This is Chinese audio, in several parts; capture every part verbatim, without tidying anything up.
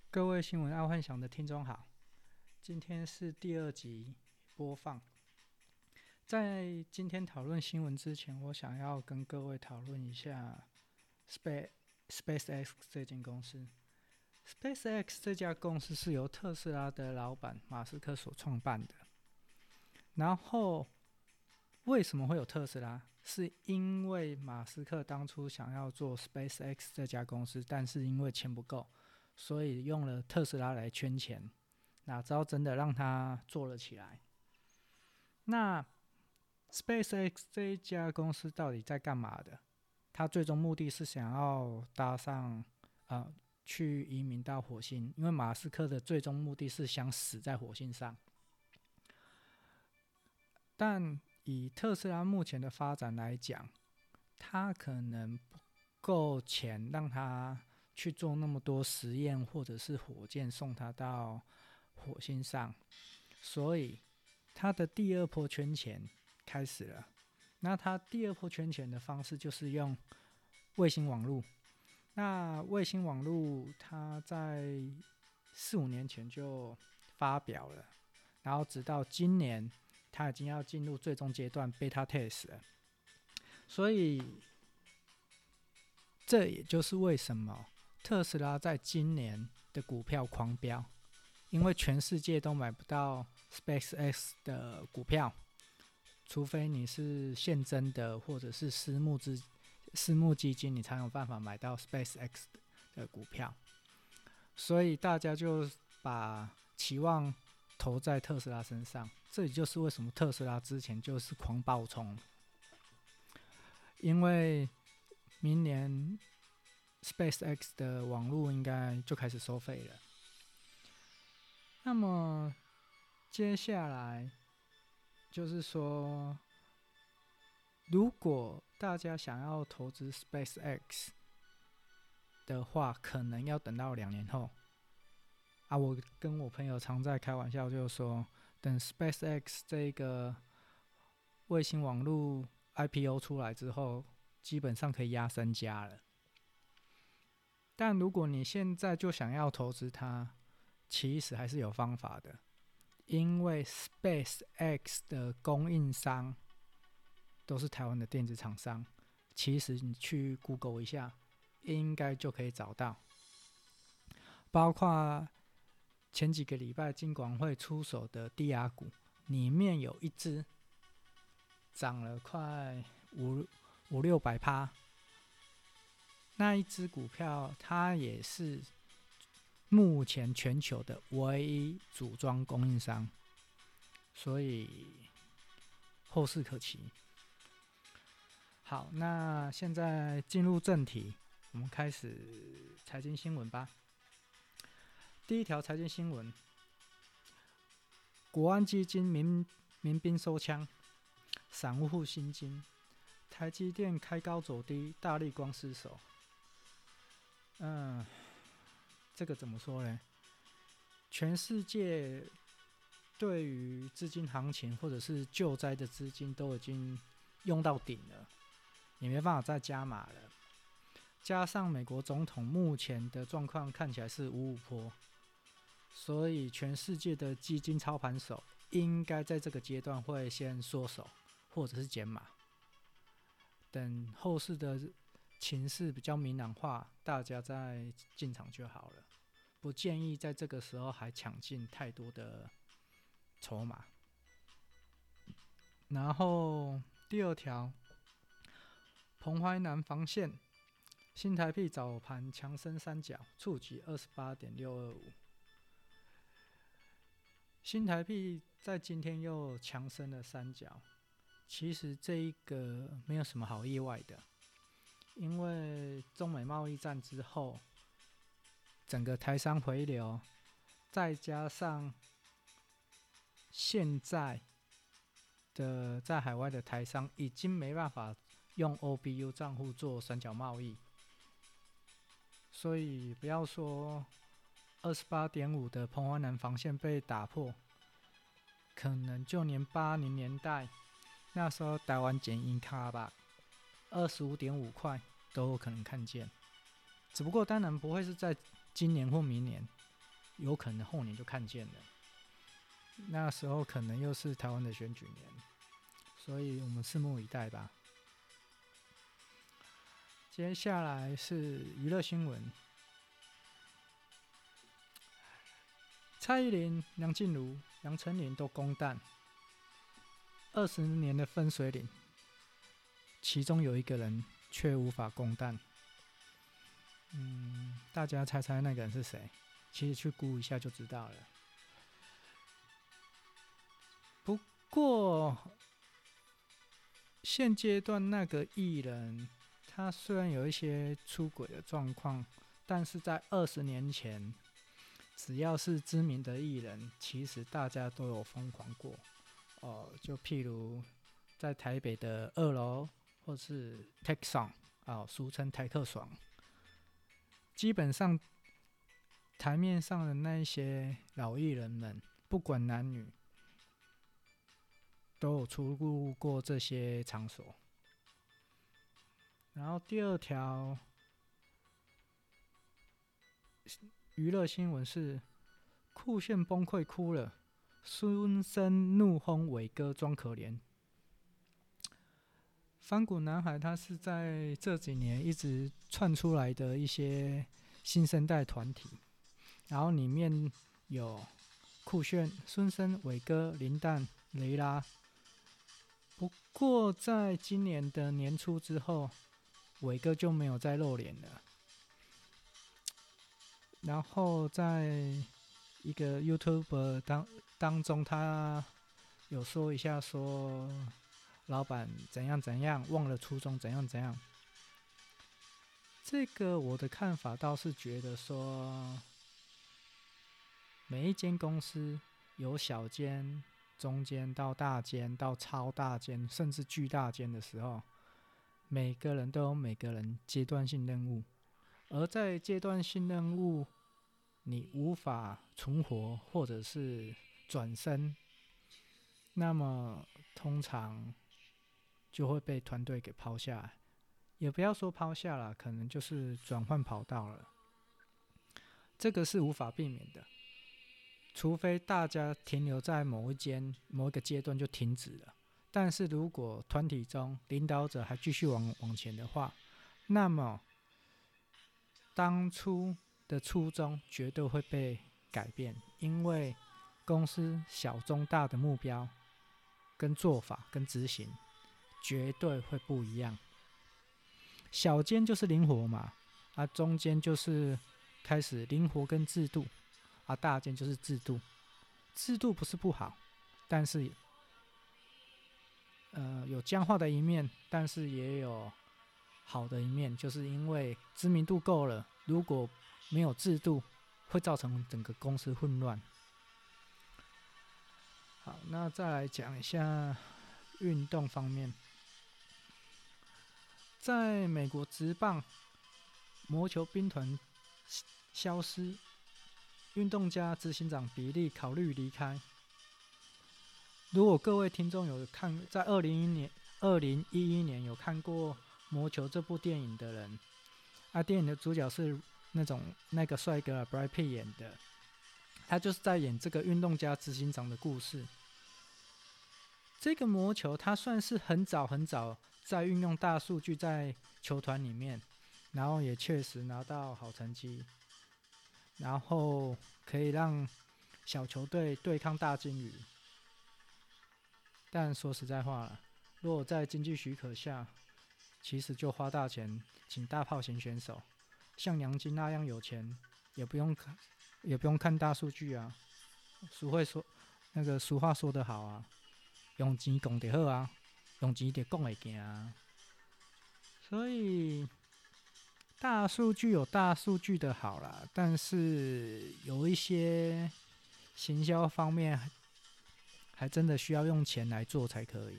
各位新闻爱幻想的听众好，今天是第二集播放。在今天讨论新闻之前，我想要跟各位讨论一下 Space SpaceX 这间公司。SpaceX 这家公司是由特斯拉的老板马斯克所创办的。然后为什么会有特斯拉？是因为马斯克当初想要做 SpaceX 这家公司，但是因为钱不够，所以用了特斯拉来圈钱，哪知道真的让他做了起来。那 SpaceX 这一家公司到底在干嘛的？它最终目的是想要搭上呃去移民到火星，因为马斯克的最终目的是想死在火星上。但以特斯拉目前的发展来讲，它可能不够钱让它去做那么多实验，或者是火箭送它到火星上，所以它的第二波圈钱开始了。那它第二波圈钱的方式就是用卫星网络。那卫星网络它在四五年前就发表了，然后直到今年它已经要进入最终阶段 beta test 了。所以这也就是为什么特斯拉在今年的股票狂飙，因为全世界都买不到 SpaceX 的股票，除非你是现真的或者是私募资私募基金，你才有办法买到 SpaceX 的股票。所以大家就把期望投在特斯拉身上，这也就是为什么特斯拉之前就是狂暴冲，因为明年 SpaceX 的网络应该就开始收费了。那么接下来就是说，如果大家想要投资 SpaceX 的话，可能要等到两年后啊。我跟我朋友常在开玩笑，就是说，等 SpaceX 这个卫星网络 I P O 出来之后，基本上可以压身家了。但如果你现在就想要投资它，其实还是有方法的，因为 SpaceX 的供应商都是台湾的电子厂商，其实你去 Google 一下，应该就可以找到。包括前几个礼拜金管会出手的低压股，里面有一只涨了快五五六百趴。那一只股票，它也是目前全球的唯一组装供应商，所以后市可期。好，那现在进入正题，我们开始财经新闻吧。第一条财经新闻：国安基金民民兵收枪，散户心惊，台积电开高走低，大立光失守。嗯，这个怎么说呢？全世界对于资金行情或者是救灾的资金都已经用到顶了，也没办法再加码了。加上美国总统目前的状况看起来是五五波，所以全世界的基金操盘手应该在这个阶段会先缩手或者是减码，等后市的情势比较明朗化，大家再进场就好了。不建议在这个时候还抢进太多的筹码。然后第二条，彭淮南防线，新台币早盘强升三角，触及 二十八点六二五。新台币在今天又强升了三角，其实这一个没有什么好意外的，因为中美贸易战之后，整个台商回流，再加上现在的在海外的台商已经没办法用 O B U 账户做三角贸易，所以不要说 二十八点五 的彭淮南防线被打破，可能就连八零年代那时候台湾剪银卡吧 二十五点五 块都有可能看见。只不过当然不会是在今年或明年， 有可能后年就看见了。那时候可能又是台湾的选举年，所以我们拭目以待吧。接下来是娱乐新闻，蔡依林、梁静茹、杨丞琳都公蛋，二十年的分水岭，其中有一个人却无法公蛋。嗯，大家猜猜那个人是谁？其实去估一下就知道了。不过现阶段那个艺人，他虽然有一些出轨的状况，但是在二十年前，只要是知名的艺人，其实大家都有疯狂过。哦、呃，就譬如在台北的二楼，或是 Texon 啊，俗称台客爽，基本上台面上的那一些老艺人们，不管男女，都有出入过这些场所。然后第二条娱乐新闻是酷炫崩溃哭了，孙生怒轰伟哥装可怜。翻滚男孩他是在这几年一直窜出来的一些新生代团体，然后里面有酷炫、孙生、伟哥、林蛋、雷拉。不过在今年的年初之后，伟哥就没有再露脸了。然后在一个 YouTuber 当当中，他有说一下说，老板怎样怎样，忘了初衷怎样怎样。这个我的看法倒是觉得说，每一间公司有小间、中间到大间到超大间，甚至巨大间的时候，每个人都有每个人阶段性任务，而在阶段性任务你无法存活或者是转身，那么通常就会被团队给抛下来，也不要说抛下了，可能就是转换跑道了。这个是无法避免的，除非大家停留在某一间某一个阶段就停止了。但是如果团体中领导者还继续往往前的话，那么当初的初衷绝对会被改变，因为公司小中大的目标跟做法跟执行绝对会不一样。小间就是灵活嘛，啊，中间就是开始灵活跟制度，啊，大间就是制度。制度不是不好，但是呃有僵化的一面，但是也有好的一面，就是因为知名度够了，如果没有制度，会造成整个公司混乱。好，那再来讲一下运动方面，在美国职棒魔球兵团消失，运动家执行长比利考虑离开。如果各位听众有看在二零一一年二零一一年有看过《魔球》这部电影的人，啊，电影的主角是那种那个帅哥 Brad Pitt 演的，他就是在演这个运动家执行长的故事。这个魔球它算是很早很早在运用大数据在球团里面，然后也确实拿到好成绩，然后可以让小球队对抗大金鱼。但说实在话了，如果在经济许可下，其实就花大钱请大炮型选手，像杨金那样有钱，也不用看，也不用看大数据啊。俗会说，那个俗话说得好啊，用钱讲就好啊，用钱就讲会行啊。所以大数据有大数据的好啦，但是有一些行销方面还真的需要用钱来做才可以。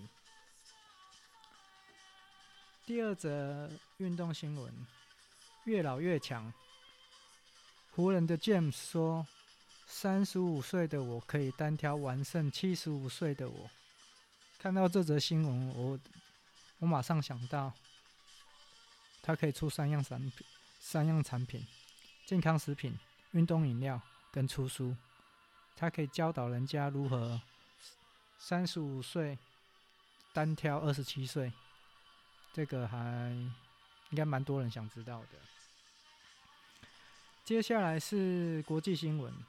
第二则运动新闻，越老越强。湖人的 James 说，三十五岁的我可以单挑完胜七十五岁的我。看到这则新闻，我我马上想到，他可以出三样产品，三样产品：健康食品、运动饮料跟出书，他可以教导人家如何三十五岁单挑二十七岁，这个还应该蛮多人想知道的。接下来是国际新闻，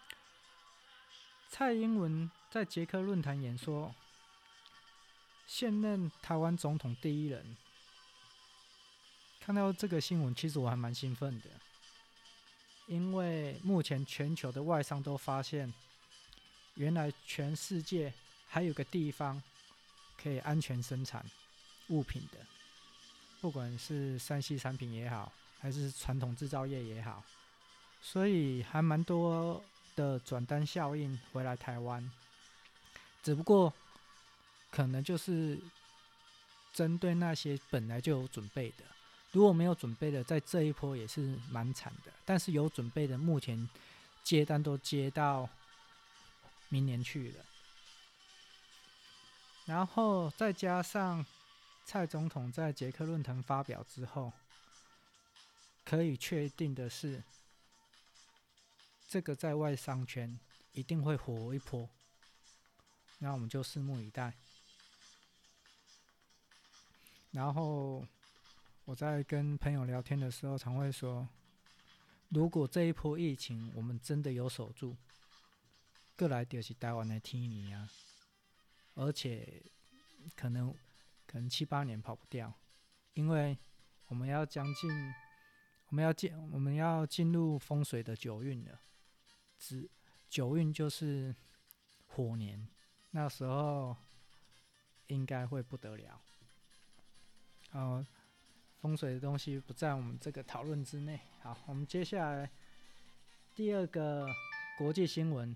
蔡英文在捷克论坛演说，现任台湾总统第一人。看到这个新闻，其实我还蛮兴奋的，因为目前全球的外商都发现，原来全世界还有个地方可以安全生产物品的，不管是三 C 产品也好，还是传统制造业也好，所以还蛮多的转单效应回来台湾，只不过可能就是针对那些本来就有准备的，如果没有准备的，在这一波也是蛮惨的。但是有准备的，目前接单都接到明年去了。然后再加上蔡总统在捷克论坛发表之后，可以确定的是，这个在外商圈一定会火一波。那我们就拭目以待。然后我在跟朋友聊天的时候，常会说，如果这一波疫情我们真的有守住，过来就是台湾的天年啊，而且可能可能七八年跑不掉，因为我们要将近，我们要进我们要进入风水的九运了，只九运就是火年，那时候应该会不得了。呃，风水的东西不在我们这个讨论之内。好，我们接下来第二个国际新闻：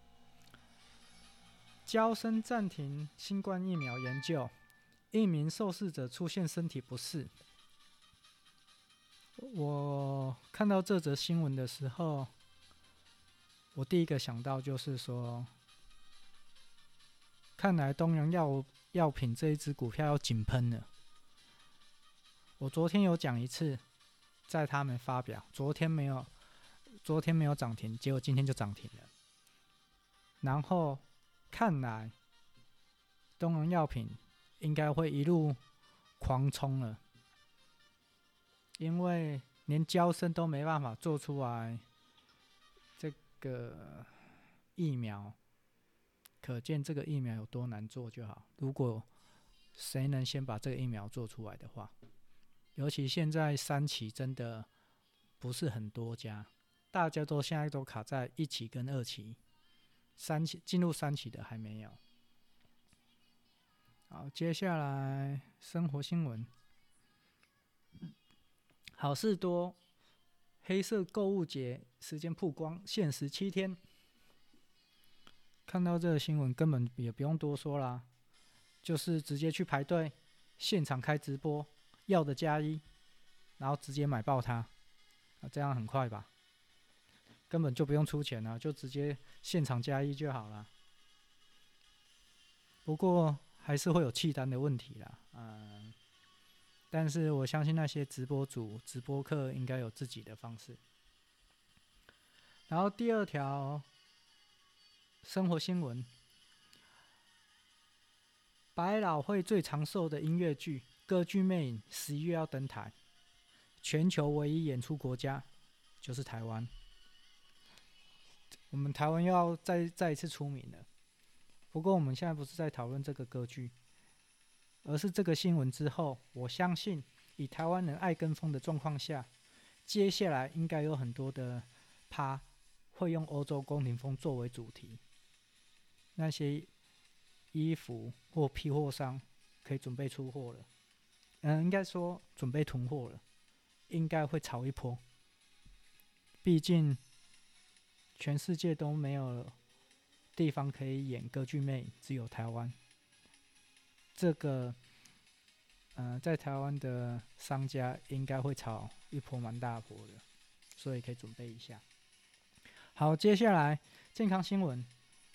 嬌生暂停新冠疫苗研究，一名受试者出现身体不适。我看到这则新闻的时候，我第一个想到就是说，看来东洋药药品这一支股票要井喷了。我昨天有讲一次，在他们发表，昨天没有，昨天没有涨停，结果今天就涨停了。然后看来东洋药品应该会一路狂冲了，因为连嬌生都没办法做出来这个疫苗，可见这个疫苗有多难做就好。如果谁能先把这个疫苗做出来的话，尤其现在三期真的不是很多家，大家都现在都卡在一期跟二期，三期进入三期的还没有。好，接下来生活新闻，好事多黑色购物节时间曝光，限时七天。看到这个新闻根本也不用多说啦，就是直接去排队，现场开直播，要的加一，然后直接买爆它，啊，这样很快吧？根本就不用出钱了，就直接现场加一就好了。不过还是会有弃单的问题啦，嗯，但是我相信那些直播主、直播客应该有自己的方式。然后第二条生活新闻，百老汇最长寿的音乐剧《歌剧魅影》十一月要登台，全球唯一演出国家就是台湾。我们台湾又要再再一次出名了。不过我们现在不是在讨论这个歌剧，而是这个新闻之后，我相信以台湾人爱跟风的状况下，接下来应该有很多的趴会用欧洲宫廷风作为主题，那些衣服或批货商可以准备出货了，嗯，应该说准备囤货了，应该会炒一波。毕竟全世界都没有地方可以演歌剧魅影，只有台湾。这个，呃，在台湾的商家应该会炒一波蛮大波的，所以可以准备一下。好，接下来健康新闻，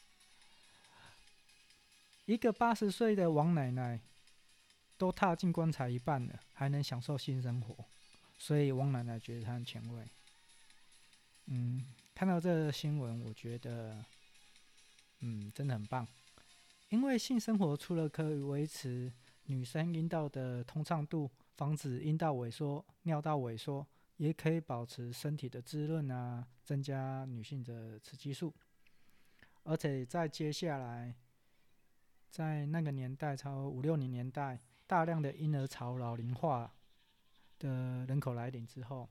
一个八十岁的王奶奶都踏进棺材一半了，还能享受性生活，所以王奶奶觉得她很前卫。嗯， 看到这个新闻，我觉得，嗯，真的很棒。因为性生活除了可以维持女生阴道的通畅度，防止阴道萎缩、尿道萎缩，也可以保持身体的滋润啊，增加女性的雌激素。而且在接下来，在那个年代，超五六零年代，大量的婴儿潮老龄化的人口来临之后，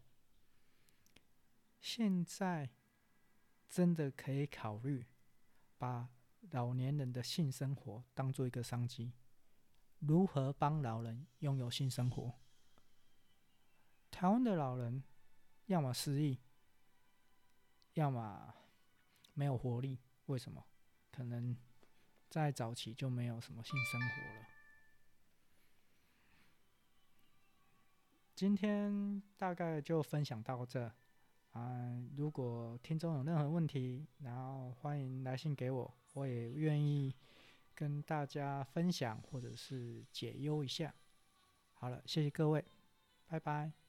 现在真的可以考虑把老年人的性生活当做一个商机，如何帮老人拥有性生活？台湾的老人要么失忆，要么没有活力。为什么？可能在早期就没有什么性生活了。今天大概就分享到这啊，如果听众有任何问题，然后欢迎来信给我，我也愿意跟大家分享或者是解忧一下。好了，谢谢各位，拜拜。